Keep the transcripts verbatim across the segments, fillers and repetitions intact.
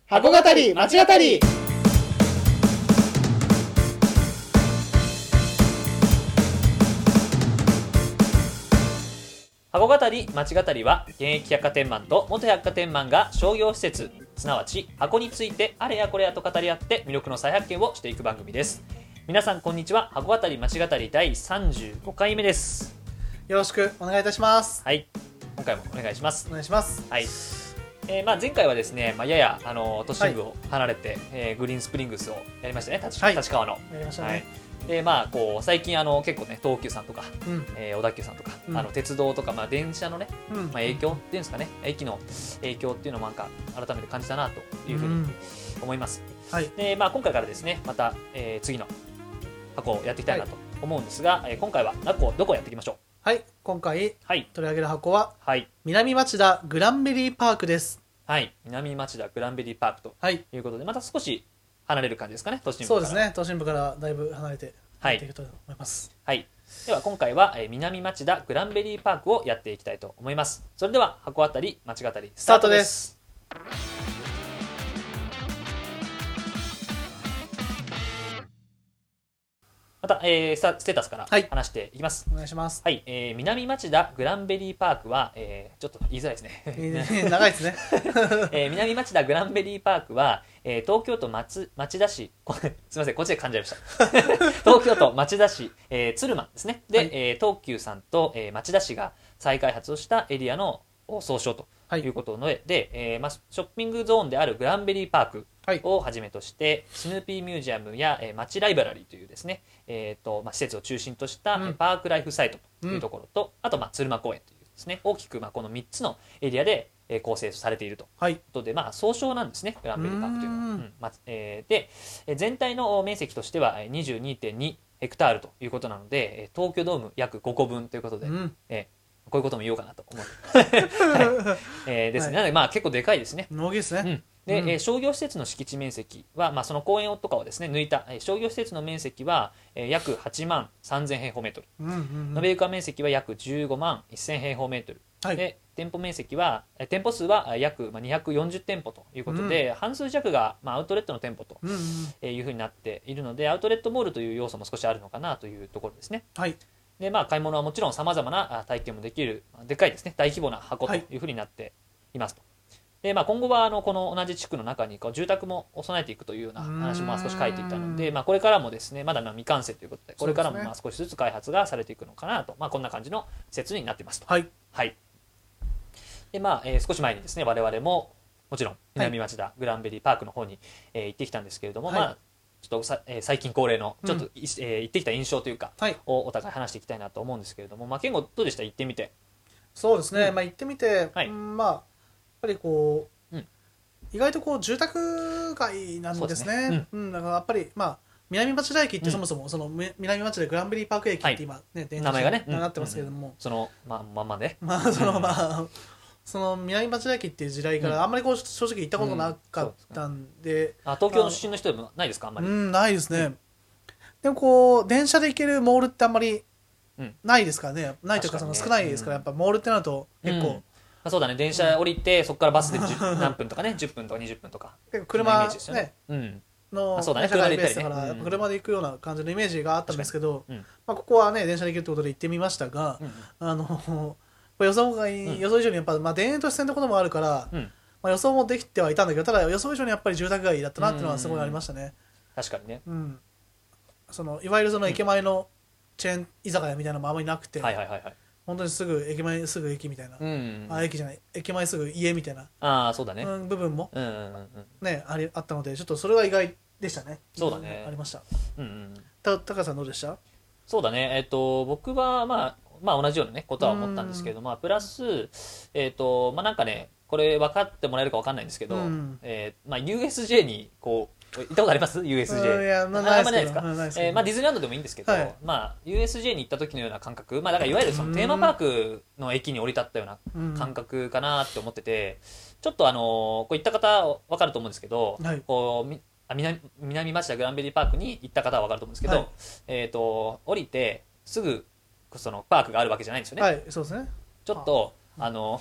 箱語り町語り。 箱語り町語りは現役百貨店マンと元百貨店マンが商業施設すなわち箱についてあれやこれやと語り合って魅力の再発見をしていく番組です。皆さんこんにちは。箱語り町語りだいさんじゅうごかいめです。 よろしくお願いいたします。 はい、今回もお願いします。 お願いします。 はい、えーまあ、前回はですね、まあ、ややあの都心部を離れて、はい、えー、グリーンスプリングスをやりましたね。立、はい、立川のやりましたね。はい、 でまあ、こう最近あの結構ね東急さんとか、うん、えー、小田急さんとか、うん、あの鉄道とか、まあ、電車のね、うん、まあ、影響っていうんですかね、駅の影響っていうのをなんか改めて感じたなというふうに思います。うん、はい、でまあ、今回からですねまた、えー、次の箱をやっていきたいなと思うんですが、はい、えー、今回はどこどこをやっていきましょう。 はい、今回、はい、取り上げる箱は、 はい、 南町田グランベリーパークです。 はい、南町田グランベリーパークということで、はい、また少し離れる感じですかね、都心部から。 そうですね、都心部からだいぶ離れてやっていくと思います。 はい、はい、では今回は、えー、南町田グランベリーパークをやっていきたいと思います。それでは箱あたり町語りスタートです。また、えー、ステータスから話していきます。 はい、お願いします。 はい、えー、南町田グランベリーパークは、えー、ちょっと言いづらいですね。 長いですね。 えー、南町田グランベリーパークは、えー、東京都 町, 町田市、これすみません、こっちで噛んじゃいました。東京都町田市、えー、鶴間ですね。で、はい、えー、東急さんと、えー、町田市が再開発をしたエリアの総称ということので、はい、で、えーまあ、ショッピングゾーンであるグランベリーパークをはじめとして、はい、スヌーピーミュージアムや、えー、町ライブラリーというですね、えーとまあ、施設を中心とした、うん、パークライフサイトというところと、うん、あと、まあ、鶴間公園というですね、大きく、まあ、このみっつのエリアで、えー、構成されているということで、はい、まあ、総称なんですね、グランベリーパークというのは。うんまあえー、で、全体の面積としては にじゅうにてんにヘクタールということなので、東京ドーム約ごこぶんということで、うん、えーこういうことも言おうかなと思う。はい、えー、ですね。はい、なので、まあ結構でかいですね。 大きいですね。 うんで、うん、えー、商業施設の敷地面積は、まあ、その公園とかをですね抜いた、えー、商業施設の面積は、えー、約はちまんさんぜん平方メートル、うんうんうん、延べ床面積は約じゅうごまんせん平方メートル、はい、で店舗面積は、えー、店舗数は約、まあ、にひゃくよんじゅう店舗ということで、うん、半数弱が、まあ、アウトレットの店舗と、うんうんえー、いうふうになっているのでアウトレットモールという要素も少しあるのかなというところですね。はいでまあ、買い物はもちろんさまざまな体験もできるでかいですね大規模な箱というふうになっていますと。でまあ、今後はあのこの同じ地区の中にこう住宅も備えていくというような話もまあ少し書いていたので、まあ、これからもですねまだ未完成ということでこれからもまあ少しずつ開発がされていくのかなと、まあ、こんな感じの施設になっていますと。はい、はいでまあえー、少し前にですね我々ももちろん南町田グランベリーパークの方に、えー、行ってきたんですけれども、はいまあちょっとさ、えー、最近恒例のちょっと、うんえー、行ってきた印象というか、はい、をお互い話していきたいなと思うんですけれども、まあ、健吾どうでした行ってみて。 そうですね、うんまあ、行ってみて、はい、まあやっぱりこう、うん、意外とこう住宅街なんですね。うですね、うんうん、だからやっぱりまあ南町田駅ってそもそもその南町田グランベリーパーク駅って今ね、はい、名前がねなってますけれども、うんうん、 そのまあまんまねまあそのまあその南町田駅っていう時代からあんまりこう正直行ったことなかったんで、うん、 あ東京の出身の人でもないですかあんまり。 うんないですね、うん、でもこう電車で行けるモールってあんまりないですからね、うん、ないというかその少ないですから、やっぱモールってなると結構、うんあ、そうだね電車降りて、うん、そこからバスで何分とかねじゅっぷんとかにじゅっぷんとか結構車ね、 うん、 のそうだね車で行ったりね、やっぱ車で行くような感じのイメージがあったんですけど、うんまあ、ここはね電車で行けるということで行ってみましたが、うんうん、あの予想が、うん、予想以上にやっぱ、まあ、田園都市線ってこともあるから、うんまあ、予想もできてはいたんだけどただ予想以上にやっぱり住宅街だったなっていうのはすごいありましたね。 確かにね、 うん、そのいわゆるその駅前のチェーン居酒屋みたいなのもあんまりなくて、うんはいはいはいはい、本当にすぐ駅前すぐ駅みたいな、うんうんうん、あ駅じゃない駅前すぐ家みたいなあそうだね、 うん、部分も、 うんうんうん、 ね、ありあったのでちょっとそれは意外でしたね。 そうだね、 ありました、 うんうん、 た高橋さんどうでした？ そうだね、えー、と僕はまあまあ同じような、ね、ことは思ったんですけど、まあ、プラス、えーとまあ、なんかねこれ分かってもらえるか分かんないんですけど、うんえーまあ、ユーエスジェー にこう行ったことあります ユーエスジェー？ いや、まあ、ないですか、えーまあ、ディズニーランドでもいいんですけど、はいまあ、ユーエスジェー に行った時のような感覚、まあ、だからいわゆるそのテーマパークの駅に降り立ったような感覚かなって思ってて、ちょっとあのこう行った方分かると思うんですけど、はい、こうあ 南, 南町田グランベリーパークに行った方は分かると思うんですけど、はいえー、と降りてすぐそのパークがあるわけじゃないんですよね。 はい、そうですね。 ちょっとあの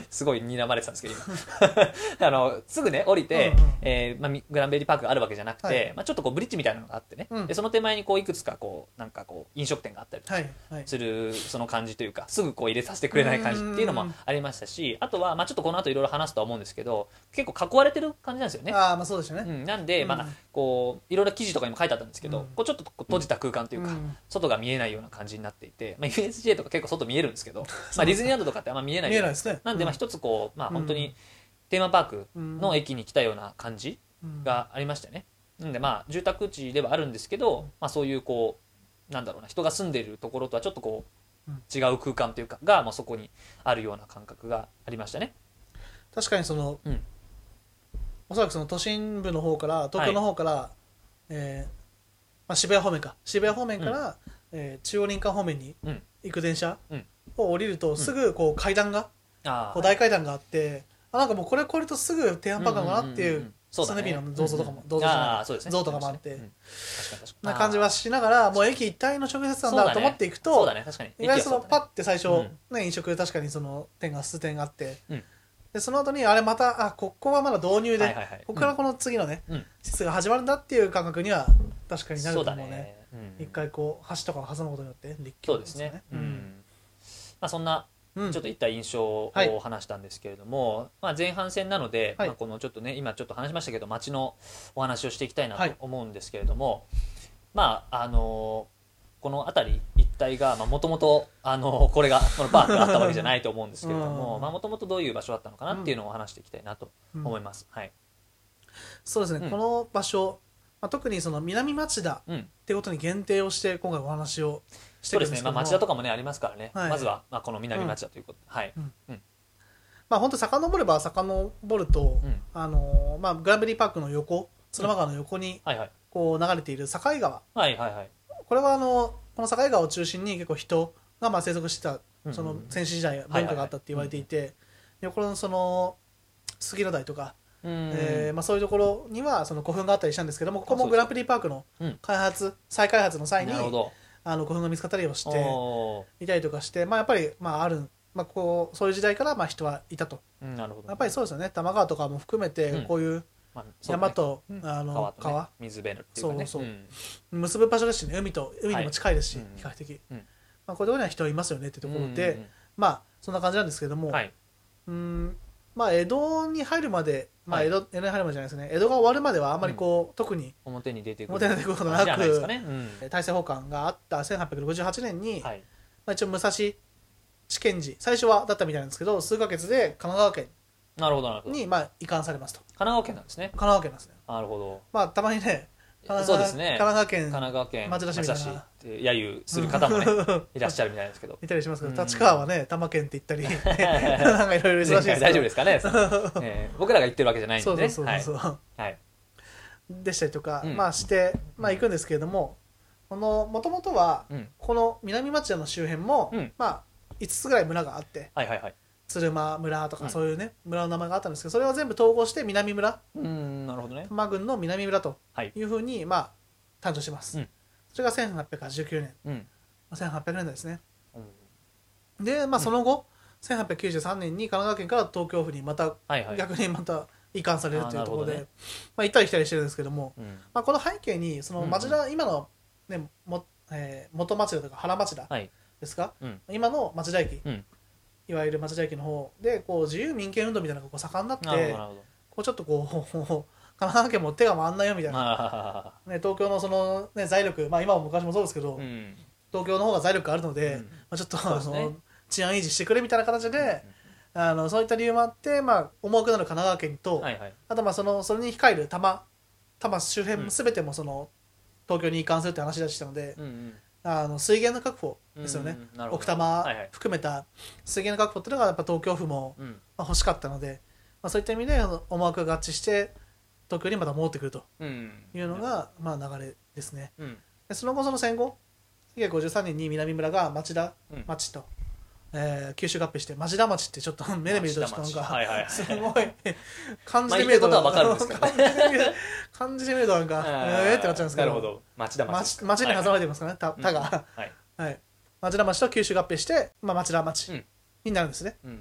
すごい睨まれてたんですけど今あのすぐね降りて、 うんうんえーまあ、グランベリーパークがあるわけじゃなくて、 はいまあ、ちょっとこうブリッジみたいなのがあってね、 うんでその手前にこういくつかこうなんかこう飲食店があったりとかはいはいするその感じというか、すぐこう入れさせてくれない感じっていうのもありましたし、あとはまあちょっとこの後いろいろ話すとは思うんですけど、結構囲われてる感じなんですよね。 ああまあそうでしたね、 うん、なんで、 うんまあ、こういろいろ記事とかにも書いてあったんですけど、 うんこうちょっとこう閉じた空間というか、 うん外が見えないような感じになっていて、まあ、ユーエスジェー とか結構外見えるんですけどまあ、ディズニーランドとかってあんま見えない見えないですねなんでまあ一つこう、まあ、本当にテーマパークの駅に来たような感じがありましたね。なんでまあ住宅地ではあるんですけど、まあ、そういうこうなんだろうな、人が住んでいるところとはちょっとこう違う空間というかが、まあ、そこにあるような感覚がありましたね。 確かにその、 うん、 おそらくその都心部の方から東京の方から、はい、えーまあ、渋谷方面か渋谷方面から、うんえー、中央林間方面に行く電車を降りると、すぐこう階段が、うん、こう大階段があって、あなんかもうこれこれとすぐテーマパークかなっていうスネビーの銅像とかも、銅像じゃない、像とかもあって、な感じはしながら、もう駅一体の直接なんだと思っていくと、いわゆるそのパッて最初、ね、飲食確かにその店が数店があって、でその後にあれまたあここはまだ導入で、ここからこの次のね施設が始まるんだっていう感覚には確かになると思うね。一回こう橋とかを挟むことによって立教ですね。まあそんなちょっといった印象を話したんですけれども、はいまあ、前半戦なので、はいまあ、このちょっとね今ちょっと話しましたけど街のお話をしていきたいなと思うんですけれども、はい、まああのこの辺り一帯がもともとこれがこのパークがあったわけじゃないと思うんですけれどももともとどういう場所だったのかなっていうのを話していきたいなと思います、うんはい、 そうですね、うん、この場所、まあ、特にその南町田っていうことに限定をして今回お話をしてるんですけども、そうですね、まあ、 町田とかもねありますからね、はい、まずはまあこの南町田ということで、うん、はい、うんうんまあ本当遡れば遡ると、うんあのーまあ、グランベリーパークの横鶴間川の横にこう流れている境川、はいはいはい、これはあのこの境川を中心に結構人がまあ生息してたその戦史時代文化があったって言われていて、横のその杉の台とか、えーまあ、そういうところにはその古墳があったりしたんですけども、ここもグランベリーパークの開発再開発の際にあの古墳が見つかったりをしていたりとかして、まあ、やっぱりまあある、まあ、こうそういう時代からまあ人はいたと、うん、なるほどやっぱりそうですよね。多摩川とかも含めてこういう、うんまあね、山と、うん、あの川と、ね、川水辺っていうかねそうそう、うん、結ぶ場所ですしね。海と海にも近いですし、はい、比較的、うんまあ、こういうところには人いますよねっていうところで、うんうんうん、まあそんな感じなんですけれども、はい、うんまあ江戸に入るまで、まあ江戸、はい、江戸に入るまでじゃないですね。江戸が終わるまではあんまりこう、うん、特に表に出てくる表に出てくることなく、ねうん、大政奉還があったせんはっぴゃくろくじゅうはちねんに、はいまあ、一応武蔵試験時最初はだったみたいなんですけど、数ヶ月で神奈川県なるほどなるほどにまあ移管されますと。 神奈川県なんですね。 神奈川県なんですね。 なるほど。 まあたまにね、 そうですね。 神奈川県、 神奈川県町田市みたいなって揶揄する方もねいらっしゃるみたいですけど。 いたりしますけど、立川はね、多摩県って言ったり、なんかいろいろ忙しいですけど。 大丈夫ですかね。ね僕らが言ってるわけじゃないんでね。 そうそうそうそう。はい。でしたりとか、まあしてまあ行くんですけれども、この元々はこの南町田の周辺もまあいつつぐらい村があって、はいはいはい。鶴間村とかそういうね、うん、村の名前があったんですけど、それを全部統合して南村、うん、なるほどね、多摩郡の南村というふうに、まあ、誕生します、うん、それがせんはっぴゃくはちじゅうきゅうねん、うん、せんはっぴゃくねんだいですね、うん、で、まあ、その後、うん、せんはっぴゃくきゅうじゅうさんねんに神奈川県から東京府にまた、はいはい、逆にまた移管されるというところで、ねまあ、行ったり来たりしてるんですけども、うんまあ、この背景にその町田、うん、今の、ねもえー、元町田とか原町田ですか、はいうん、今の町田駅、うんいわゆる町田駅の方でこう自由民権運動みたいなのがこう盛んになってこうちょっとこう神奈川県も手が回んないよみたいな、ね、東京のその、ね、財力、まあ、今も昔もそうですけど、うん、東京の方が財力があるので、うんまあ、ちょっと、ね、あの治安維持してくれみたいな形で、うん、あのそういった理由もあって、まあ、重くなる神奈川県と、はいはい、あとまあそのそれに控える多摩多摩周辺全てもその東京に移管するって話でしたので。うんうんあの水源の確保ですよね、奥多摩含めた水源の確保っていうのがやっぱ東京府も、うんまあ、欲しかったので、まあ、そういった意味で思惑が合致して東京にまた戻ってくるというのが、うんまあ、流れですね、うん、でその後その戦後せんきゅうひゃくごじゅうさんねんに南村が町田町と、うんえー、九州合併して町田町ってちょっと目で見るとちょっとなんか、はいはいはい、すごい漢字で見ると、まあ、漢字で見るとなんかえーってなっちゃうんですけど、なるほど町田町町に挟まれてますからね、たたが、うんはいはい、町田町と九州合併して、まあ、町田町になるんですね、うん、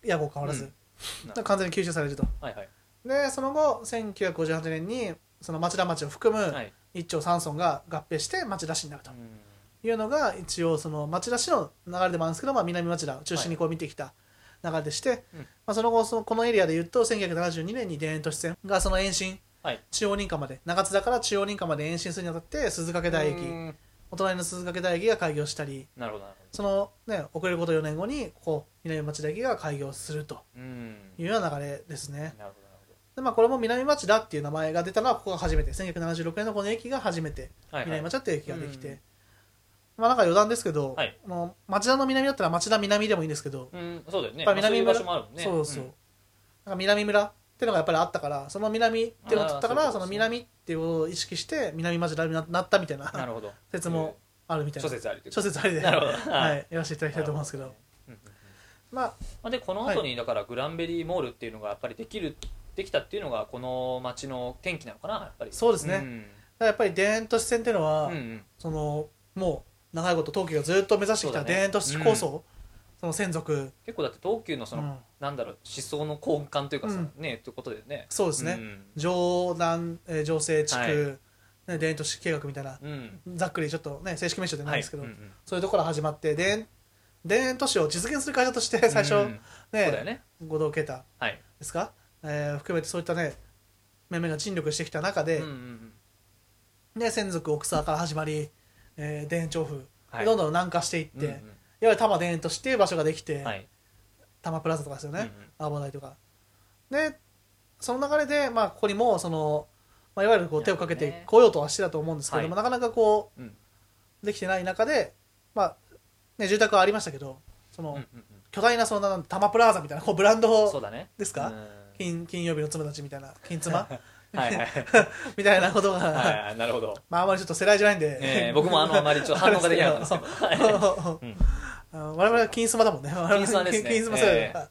屋号変わらず、 うん、 完全に吸収されると、 はいはい、 でその後せんきゅうひゃくごじゅうはちねんにその町田町を含む一町三村が合併して町田市になるというのが一応その町田市の流れでもあるんですけど、まあ、南町田を中心にこう見てきた流れでして、はい、まあ、その後そのこのエリアでいうとせんきゅうひゃくななじゅうにねんに田園都市線がその延伸、はい、中央林間まで長津田から中央林間まで延伸するにあたって鈴掛台駅、お隣の鈴掛台駅が開業したり、 なるほどなるほど、 その、ね、遅れることよねんごにここ南町田駅が開業するというような流れですね。なるほどで、まあ、これも南町田っていう名前が出たのはここが初めて、せんきゅうひゃくななじゅうろくねんのこの駅が初めて南町田っていう駅ができて、はいはい、まあなんか余談ですけど、はい、もう町田の南だったら町田南でもいいんですけど、 うん、そうだよね、 やっぱ南村、 まあ、そういう場所もあるもんね。 そうそう、うん、なんか南村っていうのがやっぱりあったから、その南っていうのを取ったから、その南っていうのを意識して南町田になったみたいな説もあるみたいな、 諸説ありという諸説ありで、なるほど、はい、やらせていただきたいと思うんですけど、 まあ、でこの後にだからグランベリーモールっていうのがやっぱりできるできたっていうのがこの街の転機なのかな、やっぱり。 そうですね、うん、やっぱり田園都市線っていうのは、うんうん、そのもう長いこと東急がずっと目指してきた田園都市構想、そ,、ねうん、その専属結構だって東急のその、うん、なんだろう思想の根幹というかさ、うん、ねということでね、 そうですね、うん、城南、えー、城西地区、はいね、田園都市計画みたいな、うん、ざっくりちょっとね正式名称じゃないですけど、はいうんうん、そういうところから始まって田園田園都市を実現する会社として最初、うん、ね, ね合同啓太ですか、はい、えー、含めてそういったね面々が尽力してきた中で、うんうんうん、で専属奥沢から始まり、えー、田園調布、はい、どんどん南下していって、うんうん、いわゆる多摩田園都市っていう場所ができて、はい、多摩プラザとかですよね、うんうん、アーバーダイとかで、その流れで、まあ、ここにもその、まあ、いわゆるこう手をかけてこようとはしてたと思うんですけども、ね、なかなかこう、うん、できてない中で、まあね、住宅はありましたけど、その、うんうんうん、巨大なその多摩プラザみたいなこうブランドですか、ね、金, 金曜日の妻たちみたいな金妻はいはいみたいなことがはいはい、なるほど、まあ、あまりちょっと世代じゃないんで、えー、 僕もあのあまりちょっと反応ができなかったんですけどうん、 我々は金妻だもんね。 金妻ですね。 金妻世代だから、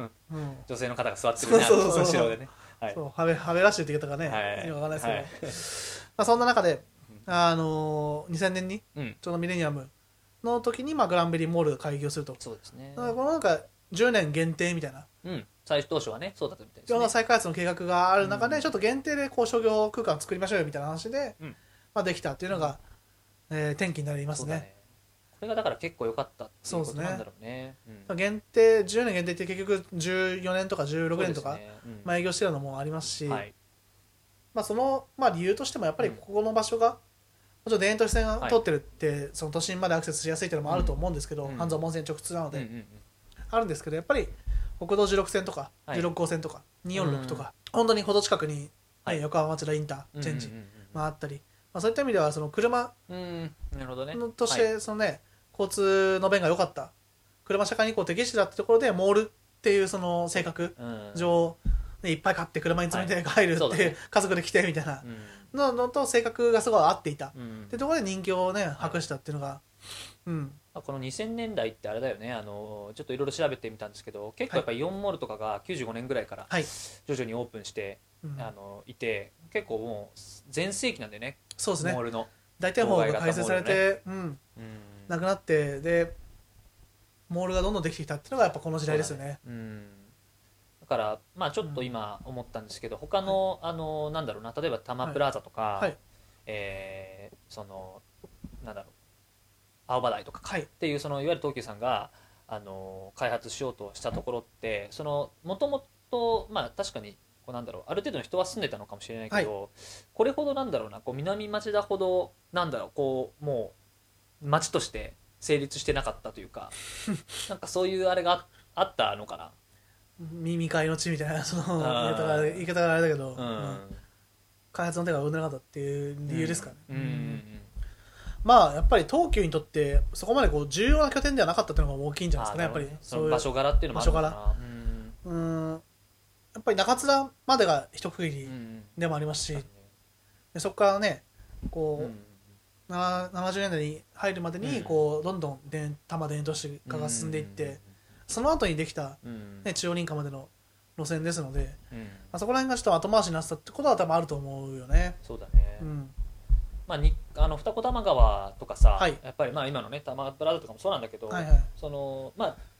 うん、女性の方が座ってるなと後ろでね、はい、そうハベハベラッシュって言い方がね、はい、今わかんないですけど、はい、まあ、そんな中で、あのー、にせんねんに、うん、ちょうどミレニアムの時に、まあ、グランベリーモールが開業すると。 そうですね。 だからこのなんかじゅうねん限定みたいな、 うん、最初当初はねそうだったみたいですね。 いろんな再開発の計画がある中で、うん、ちょっと限定でこう商業空間を作りましょうよみたいな話で、うん、まあ、できたっていうのが、えー、転機になります ね, ね。 これがだから結構良かったっていうことなんだろうね。 うん、限定じゅうねん限定って結局じゅうよねんとかじゅうろくねんとか、ね、うん、まあ、営業してるのもありますし、はい、まあ、その、まあ、理由としてもやっぱりここの場所が、うん、もちろん田園都市線が通ってるって、はい、その都心までアクセスしやすいっていうのもあると思うんですけど、うん、半蔵門線直通なので、うんうんうん、あるんですけど、やっぱり国道じゅうろく線とか、はい、じゅうろく号線とかにひゃくよんじゅうろくとか、うん、本当に程近くに、ね、はい、横浜町田インターチェンジがあったり、まあ、そういった意味ではその車のとしてその、ね、交通の便が良かった、車社会にこう適してたってところでモールっていうその性格上、ね、いっぱい買って車に詰めて帰るっていう、はい、家族で来てみたいなののと性格がすごい合っていた、うん、ってところで人気をね博したっていうのが、うん、 このにせんねんだいってあれだよね、あのちょっといろいろ調べてみたんですけど、結構やっぱりイオンモールとかがきゅうじゅうごねんぐらいから徐々にオープンして、はい、あのいて、結構もう全盛期なんでね、 そうですね、 モールの大体方が開設されて、うんうん、なくなって、でモールがどんどんできてきたっていうのがやっぱこの時代ですよね。 うん、だからまあちょっと今思ったんですけど、他の、はい、あのなんだろうな、例えば多摩プラザとか、はいはい、えー、そのなんだろう青葉台とかっていう、そのいわゆる東急さんがあの開発しようとしたところって、そのもともとまあ確かにこうなんだろう、ある程度の人は住んでたのかもしれないけど、はい、これほどなんだろうな、こう南町田ほどなんだろう、こうもう町として成立してなかったというかなんかそういうあれが あ, あったのかな。 耳飼いの地みたいな、その言い方が言い方があれだけど、うんうん、開発の手が生んでなかったっていう理由ですかね。うんうんうん、まあやっぱり東急にとってそこまでこう重要な拠点ではなかったっていうのが大きいんじゃないですかね。やっぱりそういう場所柄っていうのもあるのかな。 場所柄、うん、うん、やっぱり中津田までが一区切りでもありますし、うんうん、でそこからねこう、うん、ななじゅうねんだいに入るまでにこうどんどん多摩田園都市化が進んでいって、うんうん、その後にできた、ね、中央林間までの路線ですので、うん、まあ、そこら辺がちょっと後回しになってたってことは多分あると思うよね。 そうだね、うん、まあ、にあの二子玉川とかさ、はい、やっぱりまあ今のね多摩プラザとかもそうなんだけど、はいはい、そのまあ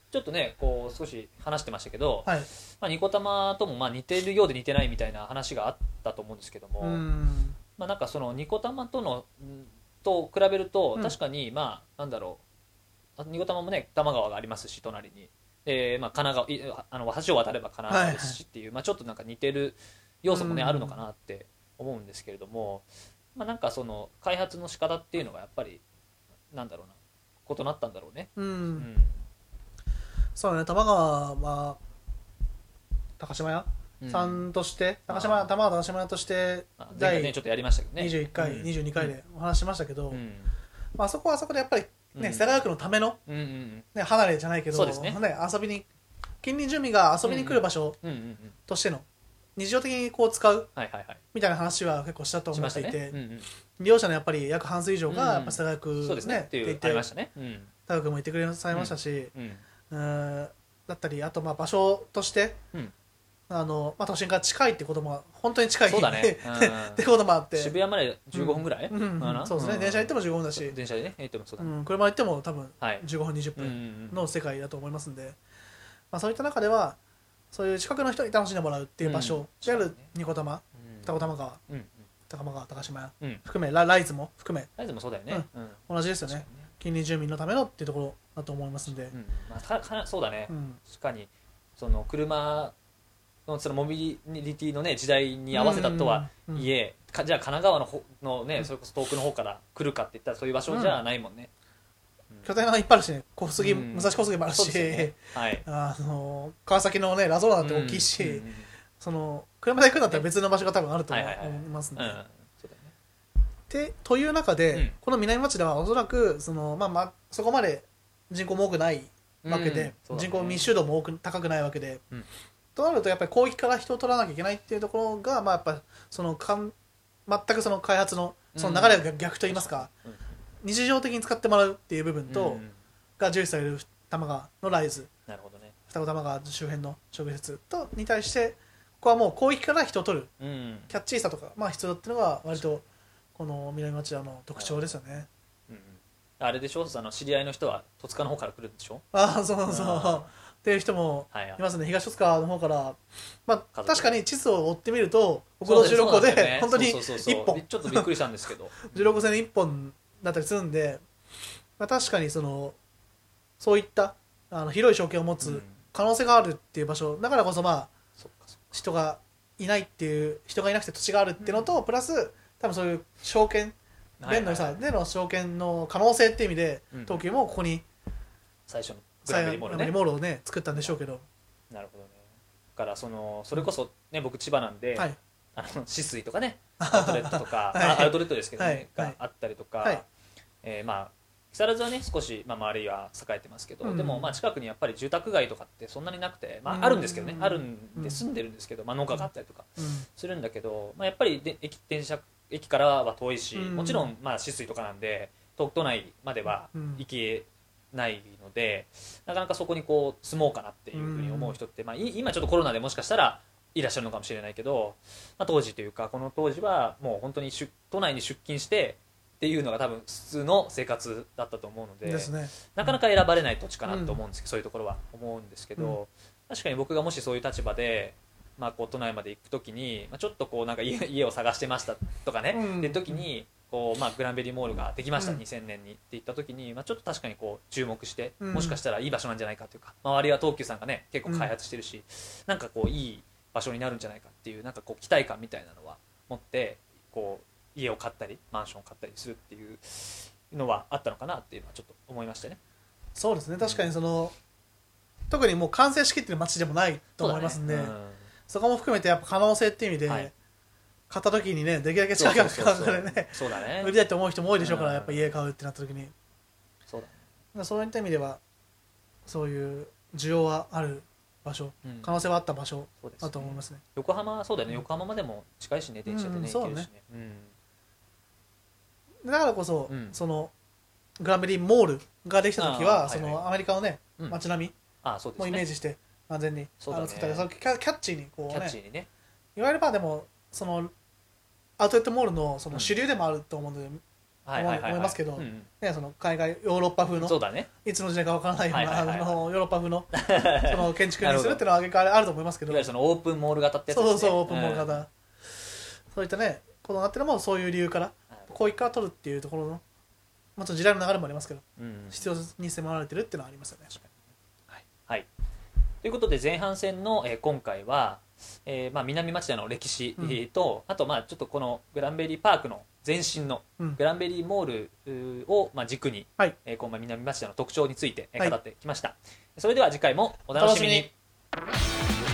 ちょっとねこう少し話してましたけど、 はい、 まあ、ニコタマともまあ似てるようで似てないみたいな話があったと思うんですけども、 うんまあ、なんかそのニコタマとのと比べるとうん確かにまあなんだろう、ニコタマもね多摩川がありますし隣に、えー、まあ神奈川いあの橋を渡れば神奈川ですしっていう、はいはい、まあ、ちょっとなんか似てる要素もねあるのかなって思うんですけれども、まあ、なんかその開発の仕方っていうのがやっぱりなんだろうな異なったんだろうね。 うん、うん、 うん、 そうね、玉川は高島屋さんとして、うん、高島玉川高島屋として第にじゅういっかい、 にじゅうにかいでお話ししましたけど、うん、まあ、あそこはあそこでやっぱりね、 うん、 世田谷区のための、うんうんうんね、離れじゃないけど、 ねね、遊びに近隣住民が遊びに来る場所としての日常的にこう使うみたいな話は結構したと思っていて、ね、うんうん、利用者のやっぱり約半数以上がやっぱ世田谷区、 うん、そうですねって言ってましたね。 田谷君も言ってくれされましたし、うんうん、だったりあとまあ場所として、うん、あのまあ、都心から近いってことも本当に近いそうだね、うん、 ってこともあって渋谷までじゅうごふんぐらい、 うんうんうん、そうですね、電車行ってもじゅうごふんだし電車でね行ってもそうだね、 うん、車行っても多分じゅうごふん、はい、にじゅっぷんの世界だと思いますんで、まあ、そういった中ではそういう近くの人に楽しんでもらうっていう場所であるニコタマ、二子玉川、うん、高間川高島屋、うん、含め ラ, ライズも含めライズもそうだよね、 うんうん、同じですよ ね, ね近隣住民のためのっていうところだと思いますんで、うんまあ、かかそうだね、うん、確かにその車のそのモビリティの、ね、時代に合わせたとはいえ、うんうん、じゃあ神奈川のほの、ね、それこそ遠くの方から来るかっていったらそういう場所じゃないもんね、 うん、拠点がいっぱいあるしね、小杉、うん、武蔵小杉もあるし、ねはい、あの川崎の、ね、ラゾーナって大きいし、うんうんうん、その車で行くんだったら別の場所が多分あると思いますので、という中で、うん、この南町ではおそらくその、まあまあ、そこまで人口も多くないわけで、うんね、人口密集度も多く高くないわけで、うん、となるとやっぱり広域から人を取らなきゃいけないっていうところが、まあ、やっぱそのかん全くその開発のその流れが逆といいますか、うん、日常的に使ってもらうっていう部分と、うん、が重視される多摩川のライズ、 なるほどね、 双子玉川周辺の植設とに対してここはもう広域から人を取る、うん、キャッチーさとか、まあ、必要っていうのが割とこの南町屋の特徴ですよね。 うんうん、あれでしょ、あの知り合いの人は戸塚の方から来るんでしょ。 ああ、そうそうっていう人もいますね、はいはい、東戸塚の方から、まあ、確かに地図を追ってみると国道じゅうろっこで、ね、本当にいっぽんちょっとびっくりしたんですけどじゅうろっこ線でいっぽんだったりするんで、まあ、確かにそのそういったあの広い証券を持つ可能性があるっていう場所だからこそ、まあ人がいないっていう人がいなくて土地があるっていうのと、うん、プラス多分そういう証券便の良さでの証券の可能性っていう意味で、うん、東急もここに最初のグランベリーモールね、 モールをね作ったんでしょうけど、 なるほどね。だからそのそれこそね、僕千葉なんで、はい、あの止水とかねアウトレットとか、はい、アウトレットですけどね、はい、があったりとか、はい、えー、まあ木更津はね少し、まあ、周りは栄えてますけど、うん、でもまあ近くにやっぱり住宅街とかってそんなになくて、まあ、あるんですけどね、うん、あるんで住んでるんですけど、まあ、農家があったりとかするんだけど、まあ、やっぱりで駅電車駅からは遠いし、うん、もちろんまあ止水とかなんで都内までは行けないので、なかなかそこにこう住もうかなっていうふうに思う人って、まあ、今ちょっとコロナでもしかしたらいらっしゃるのかもしれないけど、まあ、当時というかこの当時はもう本当に都内に出勤してっていうのが多分普通の生活だったと思うの で, です、ね、 なかなか選ばれない土地かなと思うんですけど、うん、そういうところは思うんですけど、うん、確かに僕がもしそういう立場で、まあ、こう都内まで行くときに、まあ、ちょっとこうなんか 家, 家を探してましたとかね、うん、で時にこう、まあ、グランベリーモールができました、うん、にせんねんにって言ったときに、まあ、ちょっと確かにこう注目して、うん、もしかしたらいい場所なんじゃないかというか、周りは東急さんがね結構開発してるし、うん、なんかこういい場所になるんじゃないかっていうなんかこう期待感みたいなのは持ってこう家を買ったりマンションを買ったりするっていうのはあったのかなっていうのはちょっと思いましたね。 そうですね、確かにその、うん、特にもう完成しきってる街でもないと思いますんで、 そ,、ねうん、そこも含めてやっぱ可能性っていう意味で、はい、買った時にねできるだけ近くの価格でね売りたいと思う人も多いでしょうから、うん、やっぱ家買うってなった時にそうだ、 ね、そういった意味ではそういう需要はある場所、うん、可能性はあった場所だと思いますね。 横浜そうだよね、横浜までも近いしね、電車でね、行けるしね、 だからこそ、うん、そのグランベリーモールができた時は、そのアメリカのね、うん、街並みもイメージして安全に、ね、あの作ったり、そのキャッチーにこうね、 キャッチーにね、 いわゆるまあでもそのアウトレットモールのその主流でもあると思うので、 思いますけど、ね、その海外ヨーロッパ風のそうだ、ね、 いつの時代かわからないような、あのヨーロッパ風のその建築にするっていうのはあげかあると思いますけど、 いわゆるそのオープンモール型ってやつですね。 そうそうオープンモール型、うん、そういったねことになってるのもそういう理由から広域から取るっていうところのもちろん時代の流れもありますけど、うん、必要に迫られてるっていうのはありますよね。 はい、はい、ということで前半戦の、えー、今回は、えーまあ、南町田の歴史、うん、とあとまあちょっとこのグランベリーパークの前身のグランベリーモールを、まあ、軸に、はい、えー、今回南町田の特徴について、えー、語ってきました、はい、それでは次回もお楽しみに。